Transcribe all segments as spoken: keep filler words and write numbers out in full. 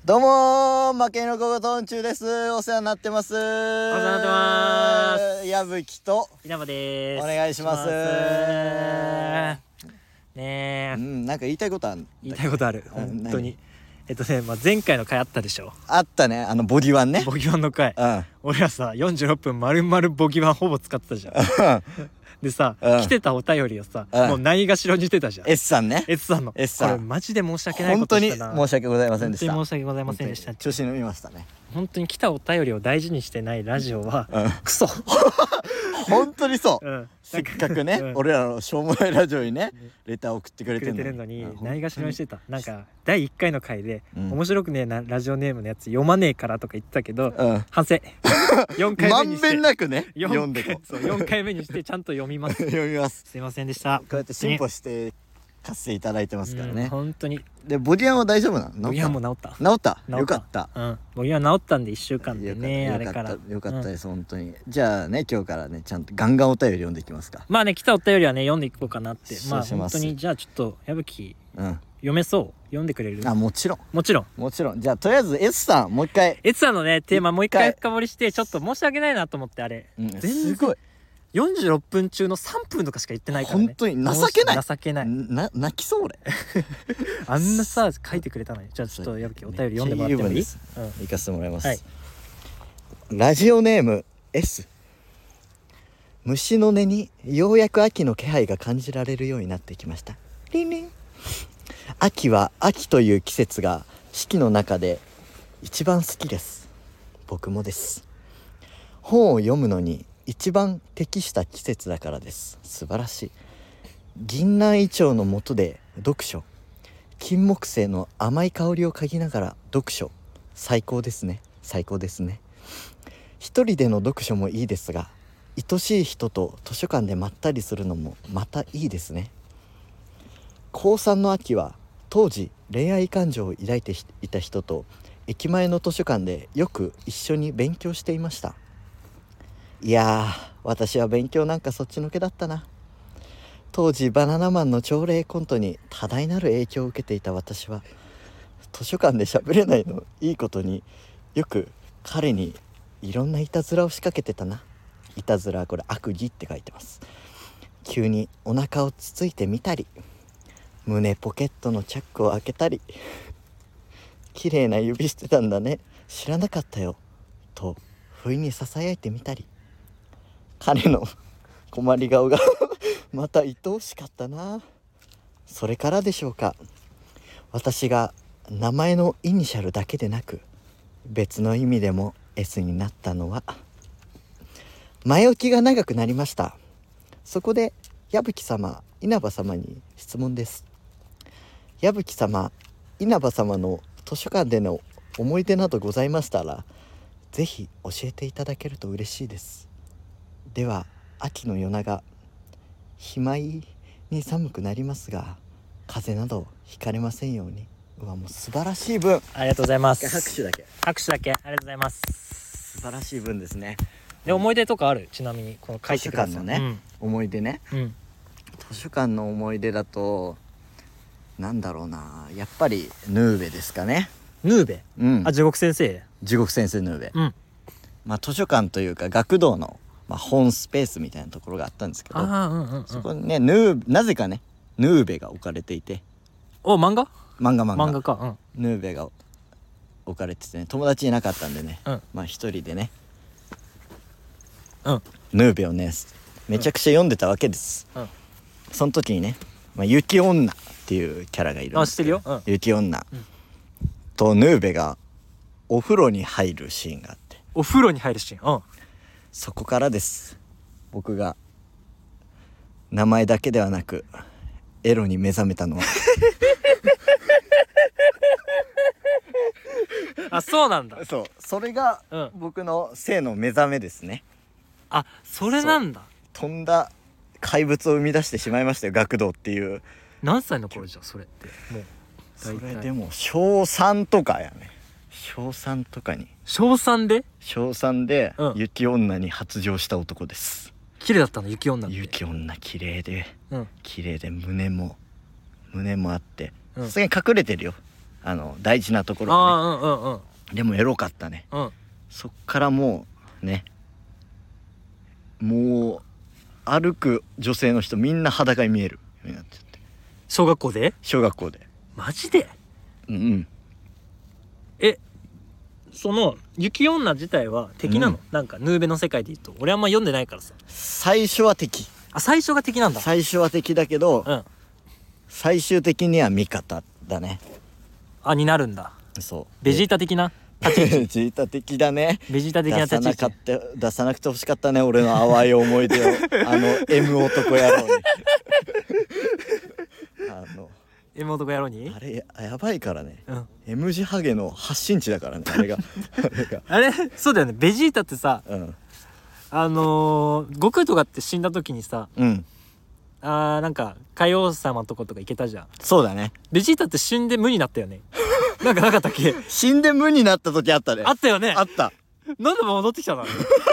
どうもー、負けのこごとんちゅうです。お世話になってます。お世話になってます。 矢吹と稲葉です。 お願いします。 ねえ、 うん、なんか言いたいことある。 言いたいことある。 うん本当に。えっとね、まあ、前回の回あったでしょ。 あったね、あのボディワンね。 ボギワンの回。 うん。 俺らさよんじゅうろっぷん丸々ボギワンほぼ使ってたじゃん。でさ、 うん来てたお便りをさ、 うんもうないがしろにしてたじゃん。 S さんね。 S さんの S さんこれマジで申し訳ないこ本当にとしたな。 申し訳ございませんでした。 本当に申し訳ございませんでした。 調子に乗りましたね。 本当に来たお便りを大事にしてないラジオは、 うん、 クソ。 本当にそう、 うん、 せっかくね、 うん、 俺らのしょうもないラジオにね、レター送ってくれてくれるのにてるのにないがしろにしてた。なんかだいいっかいの回で、 うん、 面白くねえなラジオネームのやつ読まねえからとか言ってたけど、 うん、 反省。よんかいめにしてまんべんなくね読んでこそうよんかいめにしてちゃんと読みます。 読みます。 すいませんでした。 こうやって進歩して活性いただいてますからね、うん、 本当に。 でボディアンは大丈夫なの？ ボディアンも治った治ったよかった。 うん、ボディアン治ったんでいっしゅうかんでね、あれからよかったです、うん、本当に。じゃあね、今日からねちゃんとガンガンお便り読んでいきますか。 まあね、来たお便りはね読んでいこうかなって。まあそうします。 本当に。じゃあちょっと矢吹、 うん、 読めそう？読んでくれる？ あ、もちろんもちろんもちろん。じゃあとりあえず S さんもう一回 S さんのねテーマもう一回深掘りして、ちょっと申し訳ないなと思って。あれ、 うん、 全然すごいよんじゅうろっぷん中のさんぷんとかしか言ってないからね。 本当に情けない。 情けない。 な泣きそう俺。 あんなさ書いてくれたのに。じゃあちょっと矢吹お便り読んでもらってもいい？うん、 行かせてもらいます、 はい、 ラジオネーム S。 虫の音にようやく秋の気配が感じられるようになってきました。リンリン。秋は秋という季節が四季の中で一番好きです。僕もです。本を読むのに一番適した季節だからです。素晴らしい。銀杏イチョウの下で読書、金木犀の甘い香りを嗅ぎながら読書、最高ですね。最高ですね。一人での読書もいいですが、愛しい人と図書館でまったりするのもまたいいですね。高さんの秋は当時恋愛感情を抱いていた人と駅前の図書館でよく一緒に勉強していました。いやー、私は勉強なんかそっちのけだったな。当時バナナマンの朝礼コントに多大なる影響を受けていた私は、図書館で喋れないのいいことによく彼にいろんないたずらを仕掛けてたな。いたずらはこれ悪意って書いてます。急にお腹をつついてみたり、胸ポケットのチャックを開けたり、綺麗な指してたんだね、知らなかったよと不意にささやいてみたり、彼の困り顔がまた愛おしかったな。それからでしょうか、私が名前のイニシャルだけでなく別の意味でも S になったのは、前置きが長くなりました。そこで矢吹様、稲葉様に質問です。矢吹様、稲葉様の図書館での思い出などございましたら、ぜひ教えていただけると嬉しいです。では、秋の夜長、日舞に寒くなりますが、風邪などひかれませんように。うわ、もう素晴らしい文。 ありがとうございます。 拍手だけ。 拍手だけ。ありがとうございます。 素晴らしい文ですね。 で、思い出とかある？ちなみにこの書いてください。 図書館のね、うん、思い出ね、うん、図書館の思い出だとなんだろうな、やっぱりヌーベですかね。 ヌーベ、うん、あ、地獄先生。 地獄先生ヌーベ、 うん、 まあ図書館というか学童の、まあ、本スペースみたいなところがあったんですけど、 あ、うんうんうん、 そこにね、ヌーなぜかねヌーベが置かれていて、 お、漫画漫画漫画漫画か、 うん、ヌーベが置かれててね、友達いなかったんでね、うん、まあ一人でね、 うん、 ヌーベをねめちゃくちゃ読んでたわけです、うん、その時にね、まあ、雪女っていうキャラがいるんですけど、 あ、知ってるよ、うん、 雪女、うん、とヌーベがお風呂に入るシーンがあって、 お風呂に入るシーン、うん、 そこからです。僕が名前だけではなくエロに目覚めたのはあ、そうなんだ。 そう、それが僕の性の目覚めですね、 うん、あ、それなんだ。 とんだ怪物を生み出してしまいましたよ、学童っていう。 何歳の頃じゃそれって？もうそれでも小さんとかやね。小さんとかに。 小さんで小さんで、 うん、 雪女に発情した男です。 綺麗だったの、雪女って。 雪女綺麗で、 うん、 綺麗で胸も胸もあって、 さすがに隠れてるよ、 あの大事なところあがね。 あうんうんうんでもエロかったね。 うんそっからもうね、もう歩く女性の人みんな裸に見えるようになっちゃって、 小学校で小学校で。 マジでうんうん。 えその雪女自体は敵なの、 うんなんかヌーベの世界で言うと俺あんま読んでないからさ。 最初は敵。 あ最初が敵なんだ。 最初は敵だけど、 うん最終的には味方だね。 あになるんだ。 そうベジータ的な立ち位置ベジータ的だね。 ベジータ的な立ち位置出さなかった出さなくてほしかったね、俺の淡い思い出をあの M 男野郎にあの M 男野郎にあれ や, やばいからね、 うん M 字ハゲの発信地だからね、あれがあれがあれそうだよね。ベジータってさうんあのー、悟空とかって死んだ時にさうんあーなんか海王様のとことか行けたじゃん。 そうだね。 ベジータって死んで無になったよねなんかなかったっけ死んで無になった時あったね。 あったよね。 あったなんで戻ってきたの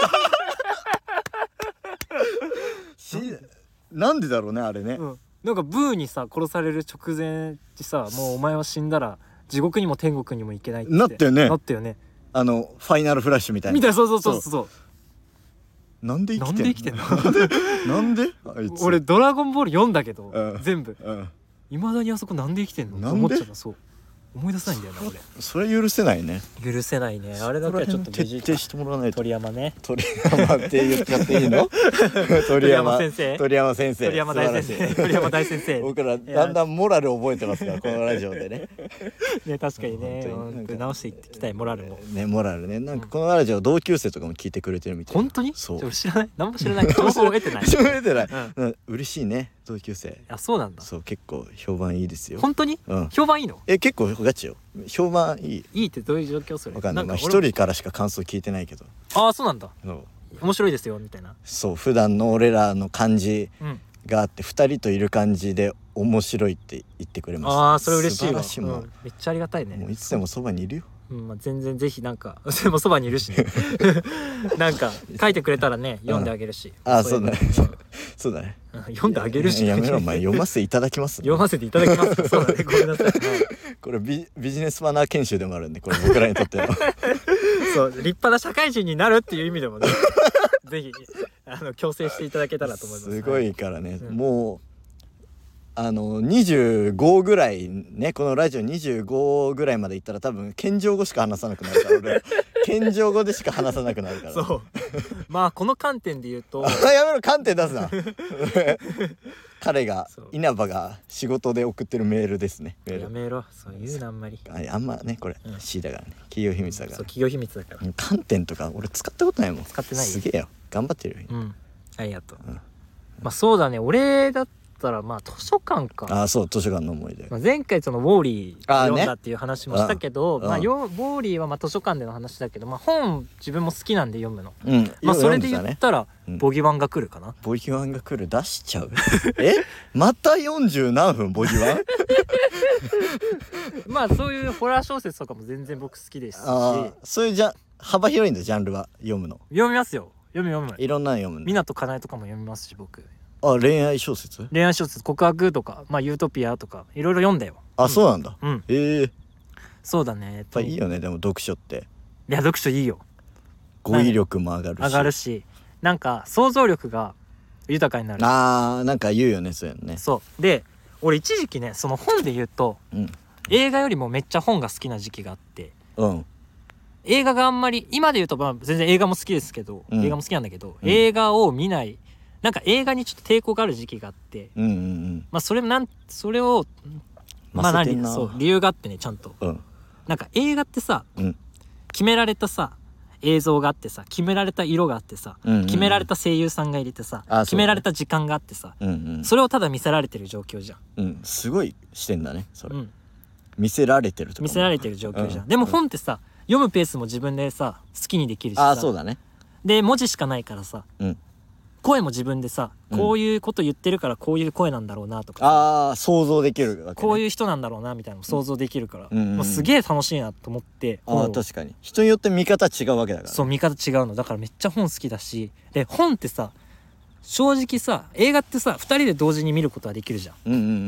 しなんでだろうねあれね、 うん、なんかブーにさ殺される直前ってさもうお前は死んだら地獄にも天国にも行けないってなったよねなったよねあのファイナルフラッシュみたいなみたいな。そうそうそうそうなんで生なんきてんので生きてんのなんであいつ俺ドラゴンボール読んだけど、 うん全部うんいまだにあそこなんで生きてんのなんで思っちゃった。そう思い出せないんだよなそれ許せないね。 俺許せないねあれだけはちょっとベジータ徹底してもらわないと。 鳥山ね鳥山って言っちゃっていいの鳥山先生鳥山先生鳥山大先素晴らしい生鳥山大先生僕らだんだんモラル覚えてますからこのラジオでねね確かにね本当になんかうん直していっていきたいモラルも。 ねモラルね。なんかこのラジオ同級生とかも聞いてくれてるみたいな。 本当にそうちょ知らない何も知らない情報を得てない知られてない、 うんうん嬉しいね同級生。 あそうなんだ。 そう結構評判いいですよ。 本当にうん評判いいのえ結構ガチよ。評判いい。 いいってどういう状況それ。 わかんない。まあ俺も一人からしか感想聞いてないけど。 ああそうなんだそう面白いですよみたいな。 そう普段の俺らの感じうんがあって二人といる感じで面白いって言ってくれました。 ああそれ嬉しいわ素晴らしいもん、 うんめっちゃありがたいね。 もういつでもそばにいるよ。 うんまあ、全然ぜひなんかでもそばにいるしねなんか書いてくれたらね読んであげるし、 ああそうだねいのそうだね。 うん読んであげるしやめろお前読ませていただきます読ませていただきますそうだねごめんなさい、はいこれビビジネスマナー研修でもあるんでこれ僕らにとってのそう立派な社会人になるっていう意味でもねぜひあの強制していただけたらと思います。 すごいからね、 うんもうあのにじゅうごぐらいねこのラジオにじゅうごぐらいまでいったら多分謙譲語しか話さなくなるから俺謙譲語でしか話さなくなるから、ね、 そうまあこの観点で言うとあやめろ観点出すな彼がそう稲葉が仕事で送ってるメールですねメールやめろそう言うなあんまりああんまねこれ、 うん C だからね企業秘密だからそう企業秘密だからうん観点とか俺使ったことないもん。 使ってないよすげえよ頑張ってるよ、 うんありがとう、 うんまあそうだね俺だったらまあ図書館か。 ああそう図書館の思い出。 まあ、前回そのウォーリーあーね読んだっていう話もしたけど、 うんまあ、よウォーリーはまあ図書館での話だけど、まあ、本自分も好きなんで読むの、 うんまあ、それで言読んたねったらうんボギワンが来るかな、 ボギワンが来る出しちゃうえまたよんじゅう何分ボギワンまあそういうホラー小説とかも全然僕好きですしああそういうじゃ幅広いんだジャンルは読むの読みますよ読み読むいろんなの読むんだ。 湊かなえとかも読みますし僕あ恋愛小説恋愛小説告白とか、まあ、ユートピアとかいろいろ読んだよ。 あそうなんだ。 うんええやっそうだね。やっぱいいよねでも読書っていや読書いいよ。 語彙力も上がるし上がるしなんか想像力が豊かになる。 あーなんか言うよねそういうのね。 そうで俺一時期ねその本で言うとうん映画よりもめっちゃ本が好きな時期があってうん映画があんまり今で言うとまあ全然映画も好きですけど、 うん映画も好きなんだけど、 うん映画を見ないなんか映画にちょっと抵抗がある時期があってうんうんうんまあそれなんそれをまあ何ませてんなそう理由があってねちゃんとうんなんか映画ってさうん決められたさ映像があってさ決められた色があってさ、 うんうんうん決められた声優さんが入れてさ、 あそうだね決められた時間があってさ、 うんうんそれをただ見せられてる状況じゃん、 うんすごいしてんだねそれ、 うん、 見せられてるとかも見せられてる状況じゃん、 うんでも本ってさ読むペースも自分でさ好きにできるしさあそうだねで文字しかないからさうん声も自分でさうんこういうこと言ってるからこういう声なんだろうなとかさ、 ああ想像できるわけ、ね、 こういう人なんだろうなみたいなのも想像できるから、 うんうんうんもうすげえ楽しいなと思ってあ本をー確かに人によって見方違うわけだからそう見方違うのだからめっちゃ本好きだしで本ってさ正直さ映画ってさふたりで同時に見ることはできるじゃんうんうんうん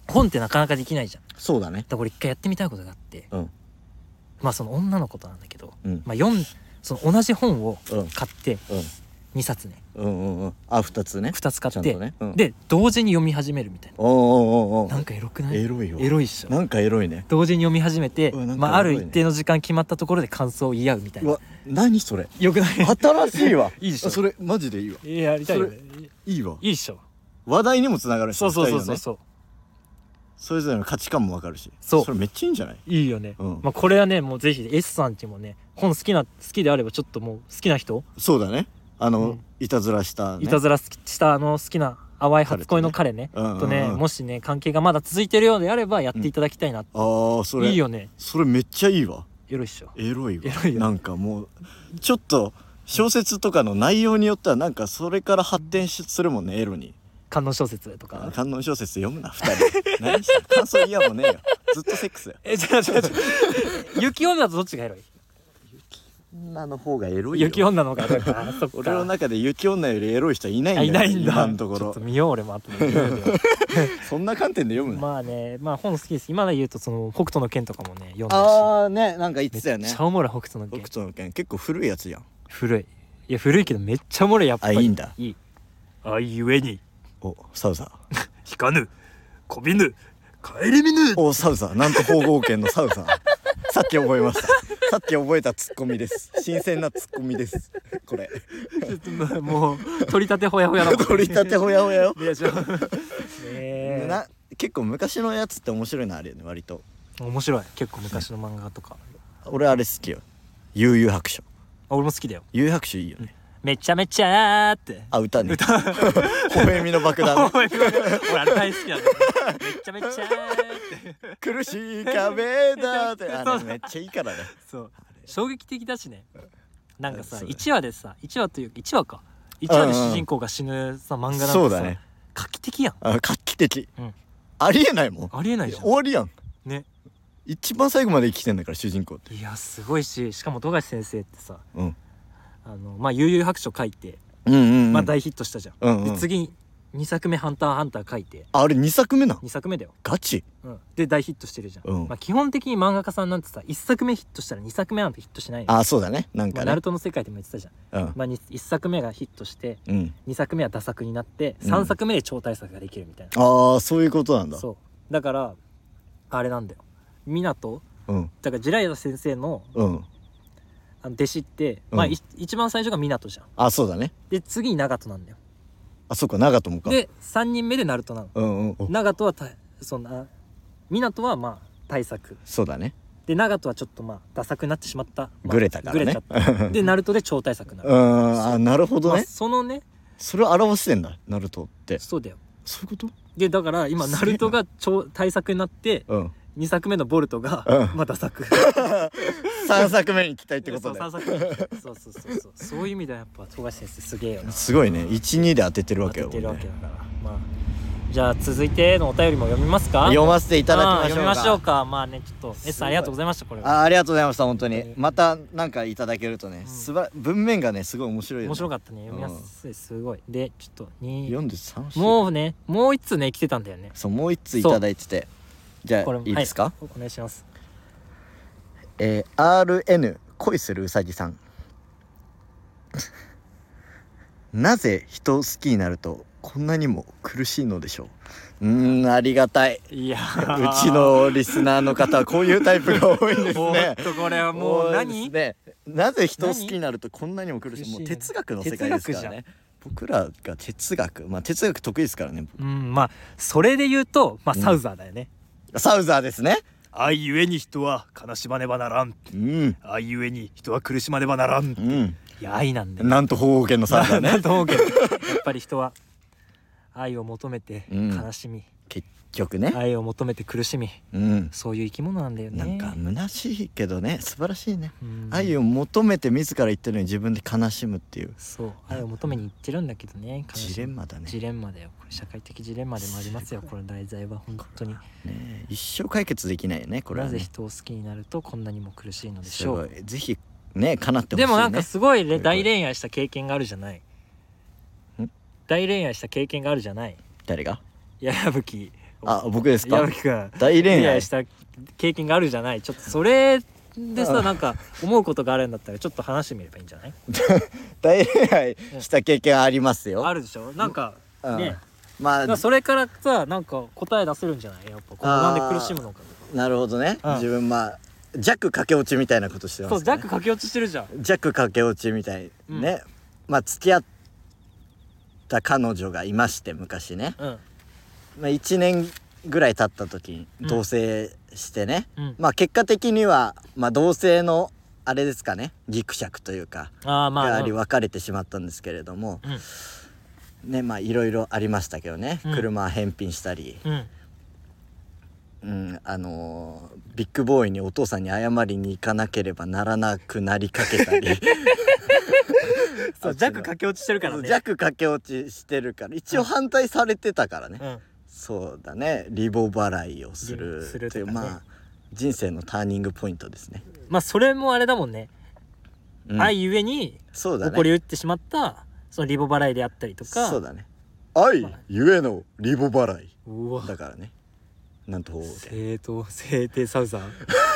本ってなかなかできないじゃん。だかそうだね。 ら俺一回やってみたいことがあって、 うんまあその女の子となんだけど、 うんまあ読んその同じ本をうん買ってうんにさつねうんうんうんあふたつね。 ふたつ買ちゃって、 んとねうんで同時に読み始めるみたいおーおーおーおーな。なんかエロくない？ エロいよ。 エロいっしょ。 なんかエロいね。 同時に読み始めて、 うわなんかまあ、あるエロいね一定の時間決まったところで感想を言い合うみたいうな。 わ何それよくない？ 新しいわいいでしょ。 それマジでいいわ。 いややりたいよね。 いいわ。 いいっしょ。 話題にもつながるしそうそうそうそう二人のねそう。 それぞれの価値観もわかるしそうそれめっちゃいいんじゃない？ いいよね。 うんまあこれはねもうぜひ S さんちもね本好きな好きであればちょっともう好きな人、 そうだね。あの、 うんいたずらしたねいたずら好きしたあの好きな淡い初恋の彼ね彼とねうんうんうんとね、もしね関係がまだ続いてるようであればやっていただきたいなって、 ああそれいいよね。 それめっちゃいいわ。 エロいっしょ。 エロいわ。 エロいよなんかもうちょっと小説とかの内容によってはなんかそれから発展しするもんねエロに。 観音小説とか。 観音小説読むな二人何して感想嫌もねえよずっとセックスよ。 え、違う違う違う。雪女とどっちがエロい？ 女の方がエロいよ。 雪女の方がエロいかな。そっか。 俺の中で雪女よりエロい人はいないんだあよいないんだ。 今のところちょっと見よう俺も後で。 そんな観点で読むな。 まあね、まあ本好きです。今で言うとその北斗の拳とかもね読んだし。 ああねなんか言っめてたよねっちゃおもろい北斗の拳。 北斗の拳結構古いやつやん。 古い。いや古いけどめっちゃおもろいやっぱり。 あいいんだ。 いい。あいうえにおサウザー引かぬ、こびぬ、顧みぬ。 おサウザーなんと方言圏のサウザーさっき覚えましたさっき覚えたツッコミです新鮮なツッコミですこれちょっとまあもう取り立てほやほやな。 取り立てほやほやよいやちょ。ねえ。 な結構昔のやつって面白いのあるよね割と。 面白い。結構昔の漫画とか。 俺あれ好きよ悠々白書。 あ俺も好きだよ。 悠々白書いいよね。 めちゃめちゃーって。 あ歌ね歌。 微笑みの爆弾ね俺あれ大好きなんだよ。めちゃめちゃーって。 苦しい壁だってあれめっちゃいいからね。 そう衝撃的だしね。なんかさそういちわでさいちわといういちわかいちわで主人公が死ぬさ漫画なんてさそうだね画期的やん。 あ画期的、 うんありえないもん。 ありえないじゃん終わりやんね。 一番最後まで生きてんだから主人公って。 いやすごいししかも富樫先生ってさうんあのまあ悠々白書書いて、 うんうん、うん、 まあ大ヒットしたじゃん、 うんうんで次にさくめハンターハンター書いてあれにさくめなんにさくめだよ、 ガチ。 うん、で大ヒットしてるじゃん、 うんまあ基本的に漫画家さんなんてさいっさくめヒットしたらにさくめなんてヒットしないの。 あそうだねなんまあ、 かねナルトの世界でも言ってたじゃん、 うんまあ、にいっさくめがヒットしてうんにさくめはダ作になってうんさんさくめで超大作ができるみたいな、 ああそういうことなんだ。 そうだからあれなんだよ湊うんだからジライダ先生のうんあの弟子って、 うんまあい一番最初が湊じゃん。 あそうだね。 で次に長門なんだよ。 あそっか長友か。 でさんにんめでナルトなの。 うんうんお長門はたそんな湊はまあ大作そうだね。 で長門はちょっとまあダ作になってしまった、まあグレたからねグレちゃったでナルトで超大作になうる、 んあなるほどまあ、 ね。 そのねそれを表してんだナルトって。 そうだよ。 そういうこと。 でだから今すげえなナルトが超大作になってうんにさくめのボルトが、 うんまあダ作さんさくめに期待ってことでそうさんさくめそうそうそうそうそういう意味ではやっぱ富樫先生すげえよな。 すごいねいちにで当ててるわけよ当ててるわけだから、まあじゃあ続いてのお便りも読みますか。 読ませていただきましょうか。 あー読みましょうか。まあねちょっと S さんありがとうございました。これはあありがとうございました本当にうんまたなんかいただけるとね、 んすば文面がねすごい面白いよね。 面白かったね。読みやすいすごい。でちょっとに読んで楽しい。 もうねもう一通ね来てたんだよね。 そうもう一ついただいててじゃあこれいいですか、 はいお願いします。 えー、アールエヌ 恋するうさぎさんなぜ人を好きになるとこんなにも苦しいのでしょう。うーんありがたい。 いやうーちのリスナーの方はこういうタイプが多いんですおねっとこれはもう多い何ですね。なぜ人を好きになるとこんなにも苦しい。 苦しいもう哲学の世界ですからね。僕らが哲学まあ哲学得意ですからね。 うんまあそれで言うとまあうんサウザーだよね。 サウザーですね。 愛ゆえに人は悲しまねばならん。 うん愛ゆえに人は苦しまねばならん。 うんいや愛なんだよ。 なんと方言のサウザーなねんと思うけどやっぱり人は愛を求めてうん悲しみ、 結局ね。 愛を求めて苦しみ、 うんそういう生き物なんだよね。 なんか虚しいけどね素晴らしいね。 うん愛を求めて自ら言ってるのに自分で悲しむっていうそう愛を求めに行ってるんだけどね。悲しみジレンマだね。 ジレンマだよ。これ社会的ジレンマでもありますよ。これ題材は本当に。 ねえ一生解決できないよねこれはね。 なぜ人を好きになるとこんなにも苦しいのでしすごょう。 いぜひね叶ってほしいね。 でもなんかすごいねこれ大恋愛した経験があるじゃない。 ん大恋愛した経験があるじゃない。 誰が矢吹あ僕ですか。 矢吹くん大恋愛恋愛した経験があるじゃない。ちょっとそれでさ、 あなんか思うことがあるんだったらちょっと話してみればいいんじゃない？ 大恋愛した経験ありますよ。 あるでしょ。なんかうんね、 まあだからそれからさ、なんか答え出せるんじゃない？やっぱこのなんで苦しむのかとか。 なるほどね、 うん自分まあ弱駆け落ちみたいなことしてまそう、 すね。 ジャック駆け落ちしてるじゃん。 弱駆け落ちみたいうんね、まあ付き合った彼女がいまして昔ね、 うんまあ、いちねんぐらい経った時にうん同棲してね、 うん。 まあ結果的にはまあ同棲のあれですかね、ギクシャクというかああまあ、 がありうん別れてしまったんですけれども、 うんね、まあいろいろありましたけどね、 うん車返品したり、 うん。 うん、あのービッグボーイにお父さんに謝りに行かなければならなくなりかけたりそう、ジャック駆け落ちしてるからね。 弱駆け落ちしてるから一応反対されてたからね、 うん。 そうだね、リボ払いをするリするという、 とかねまあ人生のターニングポイントですね、 まあそれもあれだもんね。 うん、 愛ゆえにそうだね起こりうってしまったそのリボ払いであったりとか。 そうだね、愛まあゆえのリボ払いうわ。 だからね、なんと正当正定サウザー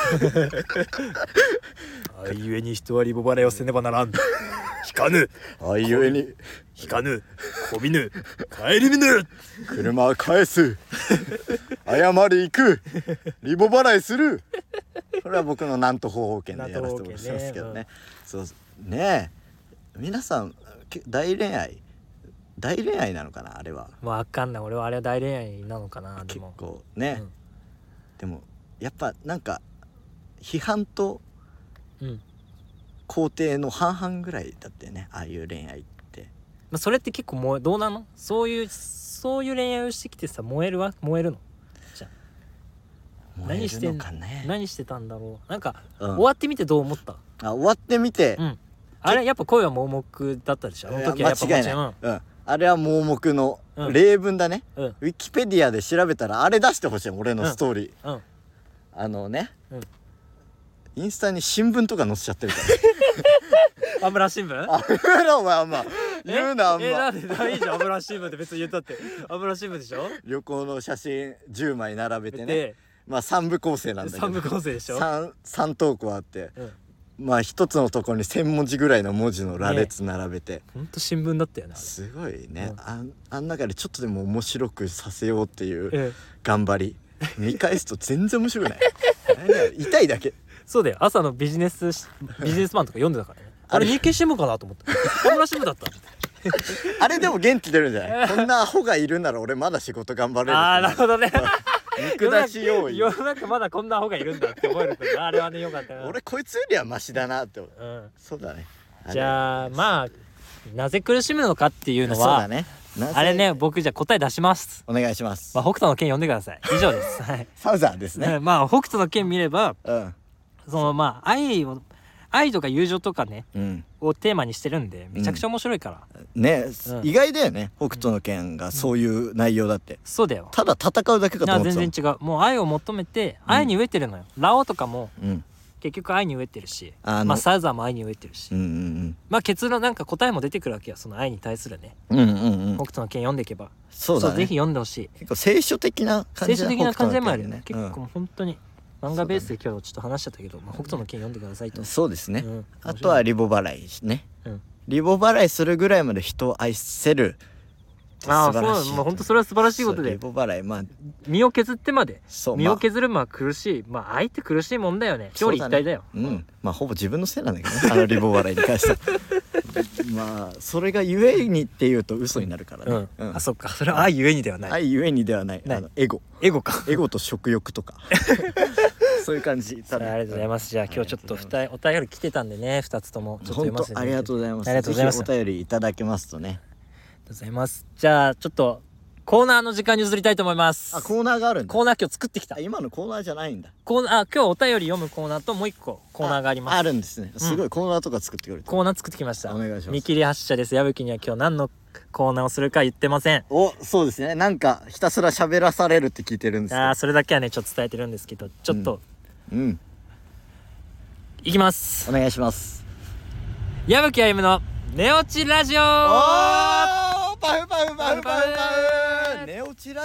愛ゆえに人はリボ払いをせねばならん。引かぬ愛ゆえに引かぬこびぬ帰り見ぬ。 車は返す謝り行くリボ払いする、これは僕のなんと方法権でやらせてもらってますけどね、 なんそうねえ、皆さんけ大恋愛大恋愛なのかなあれは。 まあわかんない。俺はあれは大恋愛なのかな。で結も構ね、 うんでもやっぱなんか批判とうん肯定の半々ぐらいだったよね、ああいう恋愛って。 まあそれって結構もうどうなの？そういうそういう恋愛をしてきてさ、燃えるわ燃えるの？じゃあ燃えるのかね。 何してたんだろう。なんか、 うん終わってみてどう思った？ あ終わってみて、 うん。あれやっぱ恋は盲目だったでしょ。あの時はやっぱ間違いない、 もちろんうん、あれは盲目のうん例文だね、 うんウィキペディアで調べたらあれ出してほしい、俺のストーリー、 うん。 あのね、 うんインスタに新聞とか載せちゃってるかアムラ新聞？ らあ言うなお前あんま言うなあんえ、 まなんでいいじゃん。アムラ新聞って別に言ったって。アムラ新聞でしょ？ 旅行の写真じゅうまい並べてね、 で、 まあ三部構成なんだけど三部構成でしょ？ 三三投稿あって、 うん。 まあ一つのところにせん文字ぐらいの文字の羅列並べて、 ほんと新聞だったよね。あれすごいね、 うんあんあん中でちょっとでも面白くさせようっていうええ頑張り見返すと全然面白くない何だよ痛いだけ。 そうだよ。朝のビジネスしビジネスマンとか読んでたからね。あれ日経新聞かなと思った。アムラ新聞だった。 あれでも元気出るんじゃないこんなアホがいるなら俺まだ仕事頑張れるああ、なるほどね。 見下し用意世の中まだこんな方がいるんだって思えるからあれはね、よかったな。 俺こいつよりはマシだなって思う。 うん。 そうだね。 じゃあまあなぜ苦しむのかっていうのは、 そうだね。なぜあれね、僕じゃあ答え出します。 お願いします。 まあ北斗の拳読んでください。以上です。はい。 サウザーですね。 ね、まあ北斗の拳見れば、 うんそのまあ愛を愛とか友情とかねうんをテーマにしてるんでめちゃくちゃ面白いから。 ね、 うん意外だよね。北斗の拳がそういう内容だって。 そうだよ。 ただ戦うだけかとな思ってたもん。 全然違う。もう愛を求めて愛に飢えてるのよ。ラオとかもうん結局愛に飢えてるし、 あのまあサウザーも愛に飢えてるし、 うんうんまあ結論なんか答えも出てくるわけよ。その愛に対するね。 うんうんうんうん。 北斗の拳読んでいけば。 そうだね。 ぜひ読んでほしい。 結構聖書的な感じ聖書的な感じでもあるよね。結構うんもう本当に漫画ベースで今日ちょっと話しちゃったけど、まあ、北斗の拳読んでくださいと。 そうですね。 うんあとはリボ払いね。 うんリボ払いするぐらいまで人を愛せる。 ああ、 素晴らしいそう、まあ本当それは素晴らしいことでそうリ、ボ払いまあ身を削ってまで、 そう身を削るまあ苦しい、まあ愛って苦しいもんだよね。表裏一体だよ。 そううん、まあほぼ自分のせいなんだけどねあのリボ払いに関してはまあそれがゆえにっていうと嘘になるからね、 うん。 うんあ、そっか。それは愛ゆえにではない。 愛ゆえにではないないあのエゴエゴか。 エゴと食欲とかそういう感じありがとうございます。じゃあ今日ちょっとふたお便り来てたんでね、二つともちょっと読本ませて当ありがとうございます。 ありがとうございますぜひお便りいただけますとね。 ありがとうございます。じゃあちょっとコーナーの時間に移りたいと思います。 あコーナーがあるんだ。 コーナー今日作ってきたあ。今のコーナーじゃないんだ。 コーナー、あ、今日お便り読むコーナーともう一個コーナーがあります。 あるんですね。すごい、コーナーとか作ってくれて。 コーナー作ってきました。 お願いします見切り発車です。矢吹には今日何のコーナーをするか言ってません。 おそうですね。なんかひたすら喋らされるって聞いてるんですけどあー、それだけはねちょっと伝えてるんですけど、ちょっと、 うんいきます。 お願いします。 矢吹あゆむの寝落ちラジオ。 おーパフパフパフパフパフ寝落ちラジオ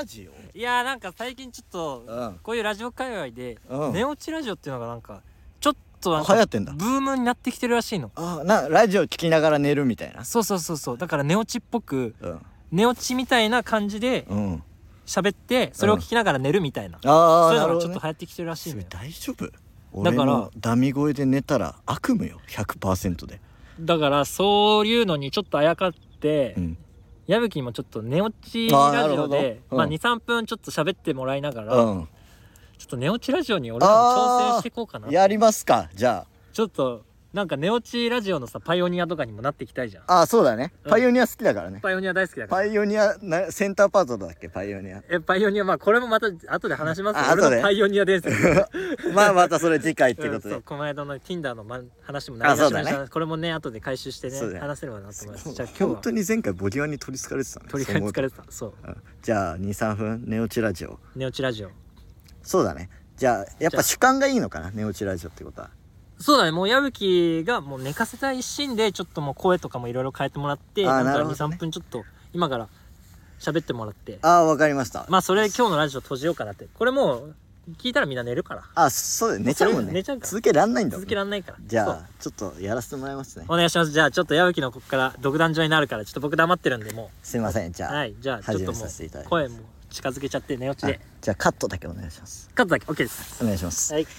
いやーなんか最近ちょっとうんこういうラジオ界隈でうん寝落ちラジオっていうのがなんかちょっとなんか流行ってんだ。 ブームになってきてるらしいの。 あなラジオ聞きながら寝るみたいな。 そうそうそうそうだから寝落ちっぽくうん寝落ちみたいな感じでうん喋ってそれを聞きながら寝るみたいな、 ああそういうのがなるほどね。 ちょっと流行ってきてるらしいそれのよ。 大丈夫？ だ俺からのダミ声で寝たら悪夢よ ひゃくパーセント で。 だからそういうのにちょっとあやかって、 うん矢吹にもちょっと寝落ちあーラジオでなるほどうんまあにさんぷんちょっと喋ってもらいながら、 うんちょっと寝落ちラジオに俺らも挑戦していこうかな。 やりますかじゃちょっとなんか寝落ちラジオのさパイオニアとかにもなっていきたいじゃん。 ああそうだね。 うんパイオニア好きだからね。 パイオニア大好きだから。 パイオニアなセンターパートだっけパイオニア。 えパイオニアまあこれもまた後で話しますよ。 あ後で俺のパイオニア伝説。 まあまたそれ次回ってことでうんそう。この間の Tinder のま話もなりだしました、 あそうだこれもね後で回収してねそうだね話せればなと思います。じゃあ今日は本当に前回ボディワンに取りつかれてたね。 鳥が疲れてた。そううんじゃあにさんぷん寝落ちラジオ。 寝落ちラジオ。 そうだね。じゃあやっぱ主観がいいのかな寝落ちラジオってことは。 そうだねもう矢吹がもう寝かせたい一心でちょっともう声とかもいろいろ変えてもらってあーなんかなるほどねにさんぷんちょっと今から喋ってもらってああわかりました。 まあそれで今日のラジオ閉じようかなって。これもう聞いたらみんな寝るからあそうだよ寝ちゃうもんね。 寝ちゃうから続けらんないんだもんね。 続けらんないから。 じゃそうあちょっとやらせてもらいますね。 お願いします。じゃあちょっと矢吹のここから独壇場になるからちょっと僕黙ってるんでもすいませんじゃあ、 うはいじゃあちょっ始めともさせていただきます。 う声も近づけちゃって寝落ちあでじゃあカットだけお願いします。 カットだけ OK です。 お願いします。 はい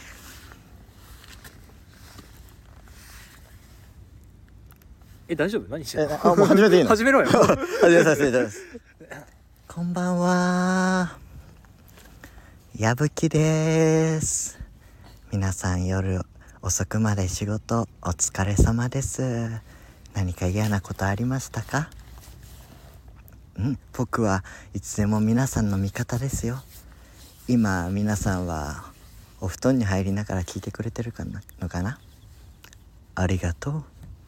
え大丈夫何してえんのあもう始めていいの？ 始めろよ始めさせていただきます。こんばんは。矢吹です。皆さん夜遅くまで仕事お疲れ様です。何か嫌なことありましたか？うん僕はいつでも皆さんの味方ですよ。今皆さんはお布団に入りながら聞いてくれてるかなのかな。ありがとう。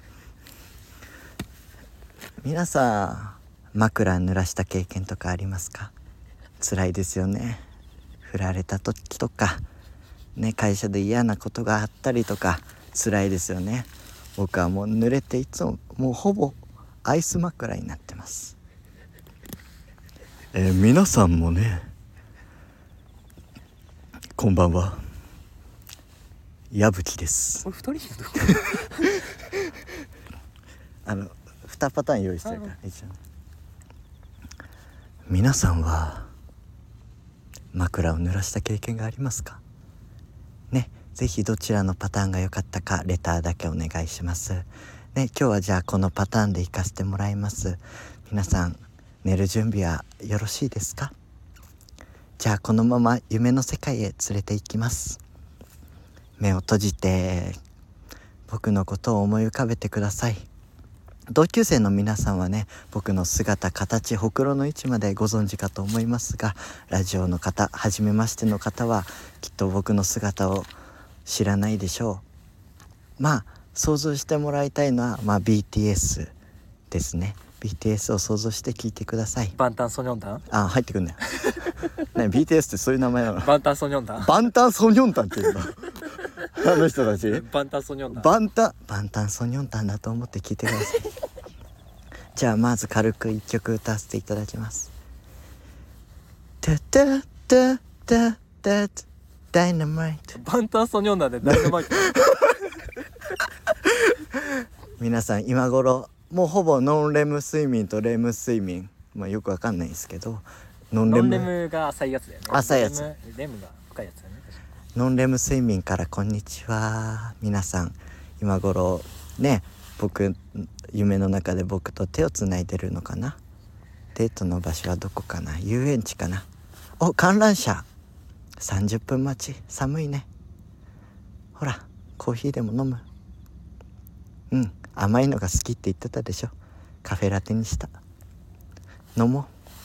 皆さん枕濡らした経験とかありますか？辛いですよね。振られた時とかね会社で嫌なことがあったりとか辛いですよね。僕はもう濡れていつももうほぼアイス枕になってます。えー、皆さんもねこんばんは矢吹です。 これ二人してどこあのにパターン用意してるから一応皆さんは枕を濡らした経験がありますかね。ぜひどちらのパターンが良かったかレターだけお願いしますね。今日はじゃあこのパターンで行かせてもらいます。皆さん寝る準備はよろしいですか？じゃあこのまま夢の世界へ連れて行きます。目を閉じて僕のことを思い浮かべてください。同級生の皆さんはね僕の姿形ほくろの位置までご存知かと思いますがラジオの方初めましての方はきっと僕の姿を知らないでしょう。まあ想像してもらいたいのは、まあ、ビーティーエス ですね。 ビーティーエス を想像して聞いてください。 バンタンソニョンタンあ入ってくんだよね ビーティーエス ってそういう名前なの？ バンタンソニョンタンバンタンソニョンタンっていうのあの人たちバンタンソニョンタンバンタバンタンソニョンタンだと思って聞いてくださいじゃあまず軽く一曲歌わせていただきます。タタタタタタダイナマイト。 バンタンソニョンタンでダイナマイト皆さん今頃もうほぼノンレム睡眠とレム睡眠まあよくわかんないですけどノンレムノンレムが浅いやつだよね。 浅いやつレムレムが深いやつだよね。確かノンレム睡眠からこんにちは。皆さん今頃ね僕夢の中で僕と手をつないでるのかな。デートの場所はどこかな。遊園地かな。お観覧車さんじゅっぷん待ち寒いね。ほらコーヒーでも飲む。うん甘いのが好きって言ってたでしょ。カフェラテにした飲もう。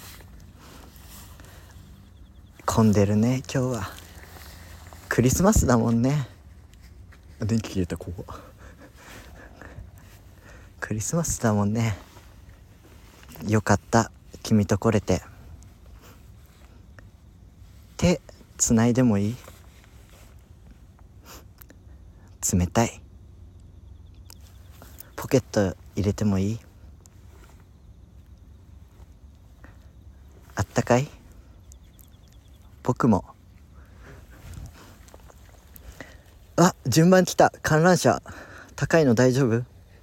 混んでるね今日は。クリスマスだもんね。電気消えたここクリスマスだもんね。よかった君と来れて。手つないでもいい？冷たい。ポケット入れてもいい？あったかい？ 僕も。あ、順番来た。観覧車高いの大丈夫？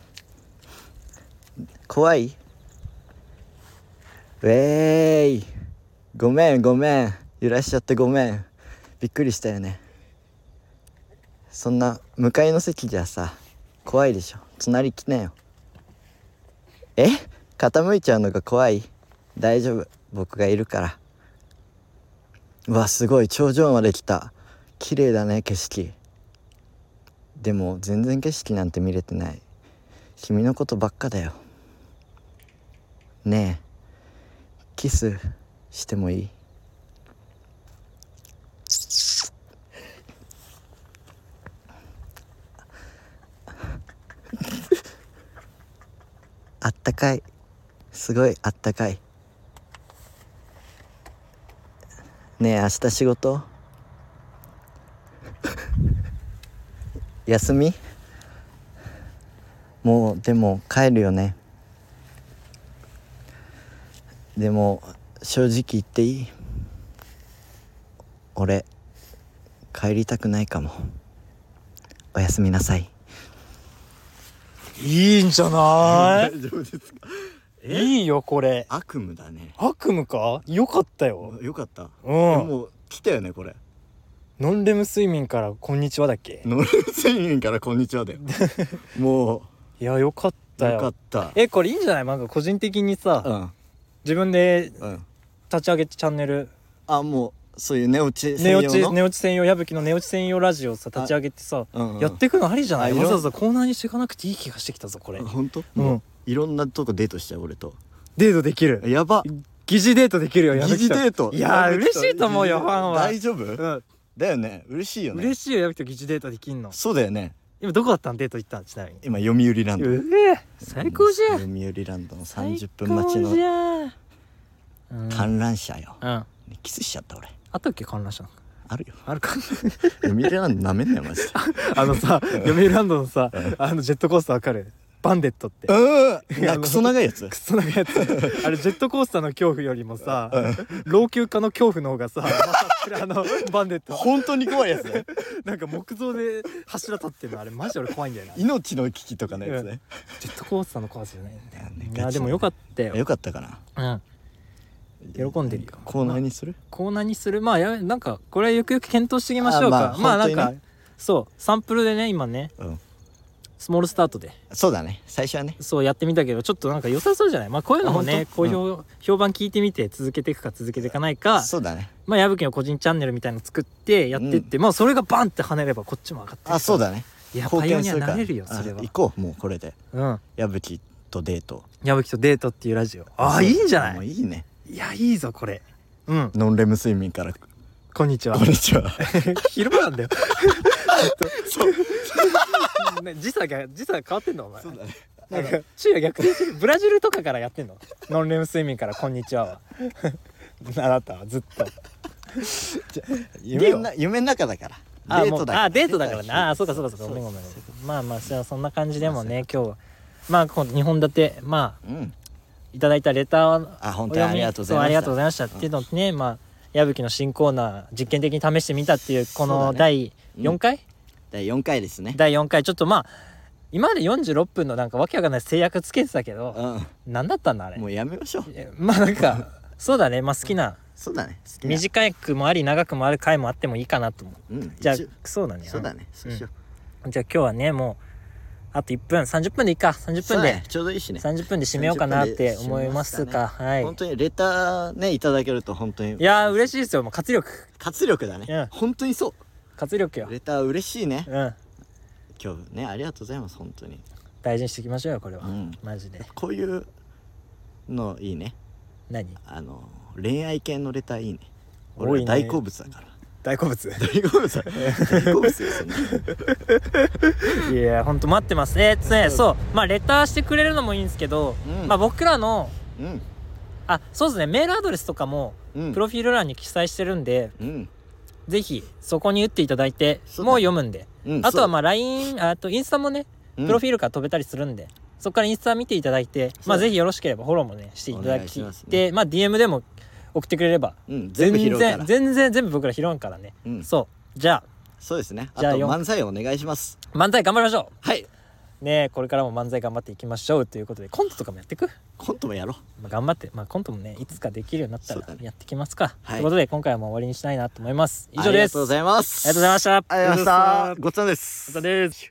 怖い？ウェーイ。ごめんごめん、揺らしちゃってごめん。びっくりしたよね。そんな向かいの席じゃさ怖いでしょ。隣来なよ。え？傾いちゃうのが怖い？大丈夫、僕がいるから。うわ、すごい、頂上まで来た。綺麗だね、景色。でも全然景色なんて見れてない。君のことばっかだよ。ねえ、キスしてもいい？あったかい、すごいあったかい。ねえ、明日仕事？休み？もうでも帰るよね。でも正直言っていい？俺帰りたくないかも。おやすみなさい。 いいんじゃない大丈夫ですか？ いいよこれ。 悪夢だね。 悪夢か？よかったよ。 よかった。 うん。 もう来たよねこれ。 ノンレム睡眠からこんにちはだっけ？ ノンレム睡眠からこんにちはだよ。もいやよかったうよ。 よかった。 え、これいいんじゃない？なんか個人的にさ、 うん自分でうん立ち上げてチャンネル、 あ、もうそういう寝落ち専寝用の落ち寝落ち専用、矢吹の寝落ち専用ラジオさ立ち上げてさ、 うんうん、 やっていくのありじゃない？ あいろわざわざコーナーにしていかなくていい気がしてきたぞこれ。 本当？ うんもういろんなとこデートしちゃう俺と。 デートできる。 やば。 疑似デートできるよ。矢疑似吹とデート。 いやー矢吹と嬉しいと思うよファンは。 大丈夫？ うんだよね。嬉しいよね。 嬉しいよ矢吹と疑似デートできんの。 そうだよね。 今どこだったん？デート行ったん？ちなみに。 今読売ランド。 うえ最高じゃん。 読売ランドのさんじゅっぷん待ちの最高じゃん。うん。 観覧車よ。 うん。あキスしちゃった俺。 ったっけ観覧車？ あるよ。 あるか。 読売ランドなめんなよマジで。 あのさ、読売ランドのさ、あのジェットコースターわかる？バンデットって。 うん。なクソ長いやつク。ソ長いやつ。あれジェットコースターの恐怖よりもさ、老朽化の恐怖の方がさ、あのバンデット。 本当に怖いやつね。 なんか木造で柱立ってるのあれマジで俺怖いんだよな。ジ命の危機とかのやつね。 ェットコースターの怖さじゃないんだよねいやでもよかったよ。 よかったかな。 うん。喜んでるよ。 コーナーにする？ コーナーにする。まあやなんかこれはよくよく検討していきましょうか。 あまあまあなんか本当にそうサンプルでね今ねうん。 スモールスタートでそうだね。最初はね。 そうやってみたけどちょっとなんか良さそうじゃない？まあこういうのもあね本当好評、評判聞いてみて続けていくか続けていかないか。 そうだね。 まあ矢吹の個人チャンネルみたいの作ってやってって、まあそれがバンって跳ねればこっちも上がってる。 あ、そうだね。 いや貢パイオニア献するからなれるよそれは。 あ行こうもうこれで。 うん。 矢吹とデート。 矢吹とデートっていうラジオ。ああそういいんじゃなもうい？ いいね。 いやいいぞこれ。うん。 ノンレム睡眠からこんにちはこん。にちは。 昼間なんだよ。そう。ね時差が時差変わってんのお前。 そうだね。 なんか昼夜逆転してる。ブラジルとかからやってんの？ノンレム睡眠からこんにちはは。あなたはずっと。 夢のな夢の中だから。 あもうデートだから。 あデートだからね。ああそうかそうかそうか。ごめんごめん。まあまあそそんな感じでもね今日はまあこのにほん立てまあうん。 いただいたレターをあ、本当にありがとうございました。 そうありがとうございましたっていうのをね、まあ矢吹の新コーナー実験的に試してみたっていうこそうだねのだいよんかい、 だいよんかいですね。 だいよんかいちょっとまあ今までよんじゅうろっぷんのなんかわけわかんない制約つけてたけど、 うなんだったんだあれん。もうやめましょう。 えまあなんかそうだねまあ好きなそうだね。好きな短くもあり長くもある回もあってもいいかなと思う。 うん。 じゃあ一応そうだねそうだね。そうしよう。 じゃあ今日はねもうあといっぷんさんじゅっぷんでいいかさんじゅっぷんで、 そうだねちょうどいいしね。 さんじゅっぷんで締めようかなって思いますか。はい本当にレターねいただけると本当に。 いやー嬉しいですよもう活力活力だね。 うん本当にそう。 活力よ。 レター嬉しいね。 うん今日ねありがとうございます本当に。 大事にしていきましょうよこれは、 うんマジで。 こういうのいいね。 何あの恋愛系のレターいいね。 多いね俺は大好物だから。 大好物大好物だ。大好物よそんな。 いやほんと待ってます。えー、っとねそうまあレターしてくれるのもいいんですけど、 うんまあ僕らのうんあそうですねメールアドレスとかもうんプロフィール欄に記載してるんで、 うんぜひそこに打っていただいてそうだねもう読むんで、 うん。 あとはまあ ライン あとインスタもねうんプロフィールから飛べたりするんで、そこからインスタ見ていただいて、まあぜひよろしければフォローもねしていただお願いきしますねで、まあ ディーエム でも送ってくれれば、 うん全部拾うから全然全然全部僕ら拾うからね、 うんそうじゃあそうですね。あじゃあよんと漫才お願いします。 漫才頑張りましょはい。 うねえこれからも漫才頑張っていきましょうということで、コントとかもやっていく、 コントもやろまあ、頑張って、まあ、コントもねいつかできるようになったらそうだねやってきますか、 はいということで今回はもう終わりにしたいなと思います。 う。 以上です。 ありがとうございます。 ありがとうございました。 ありがとうございました。ごちそうさまです。 またです。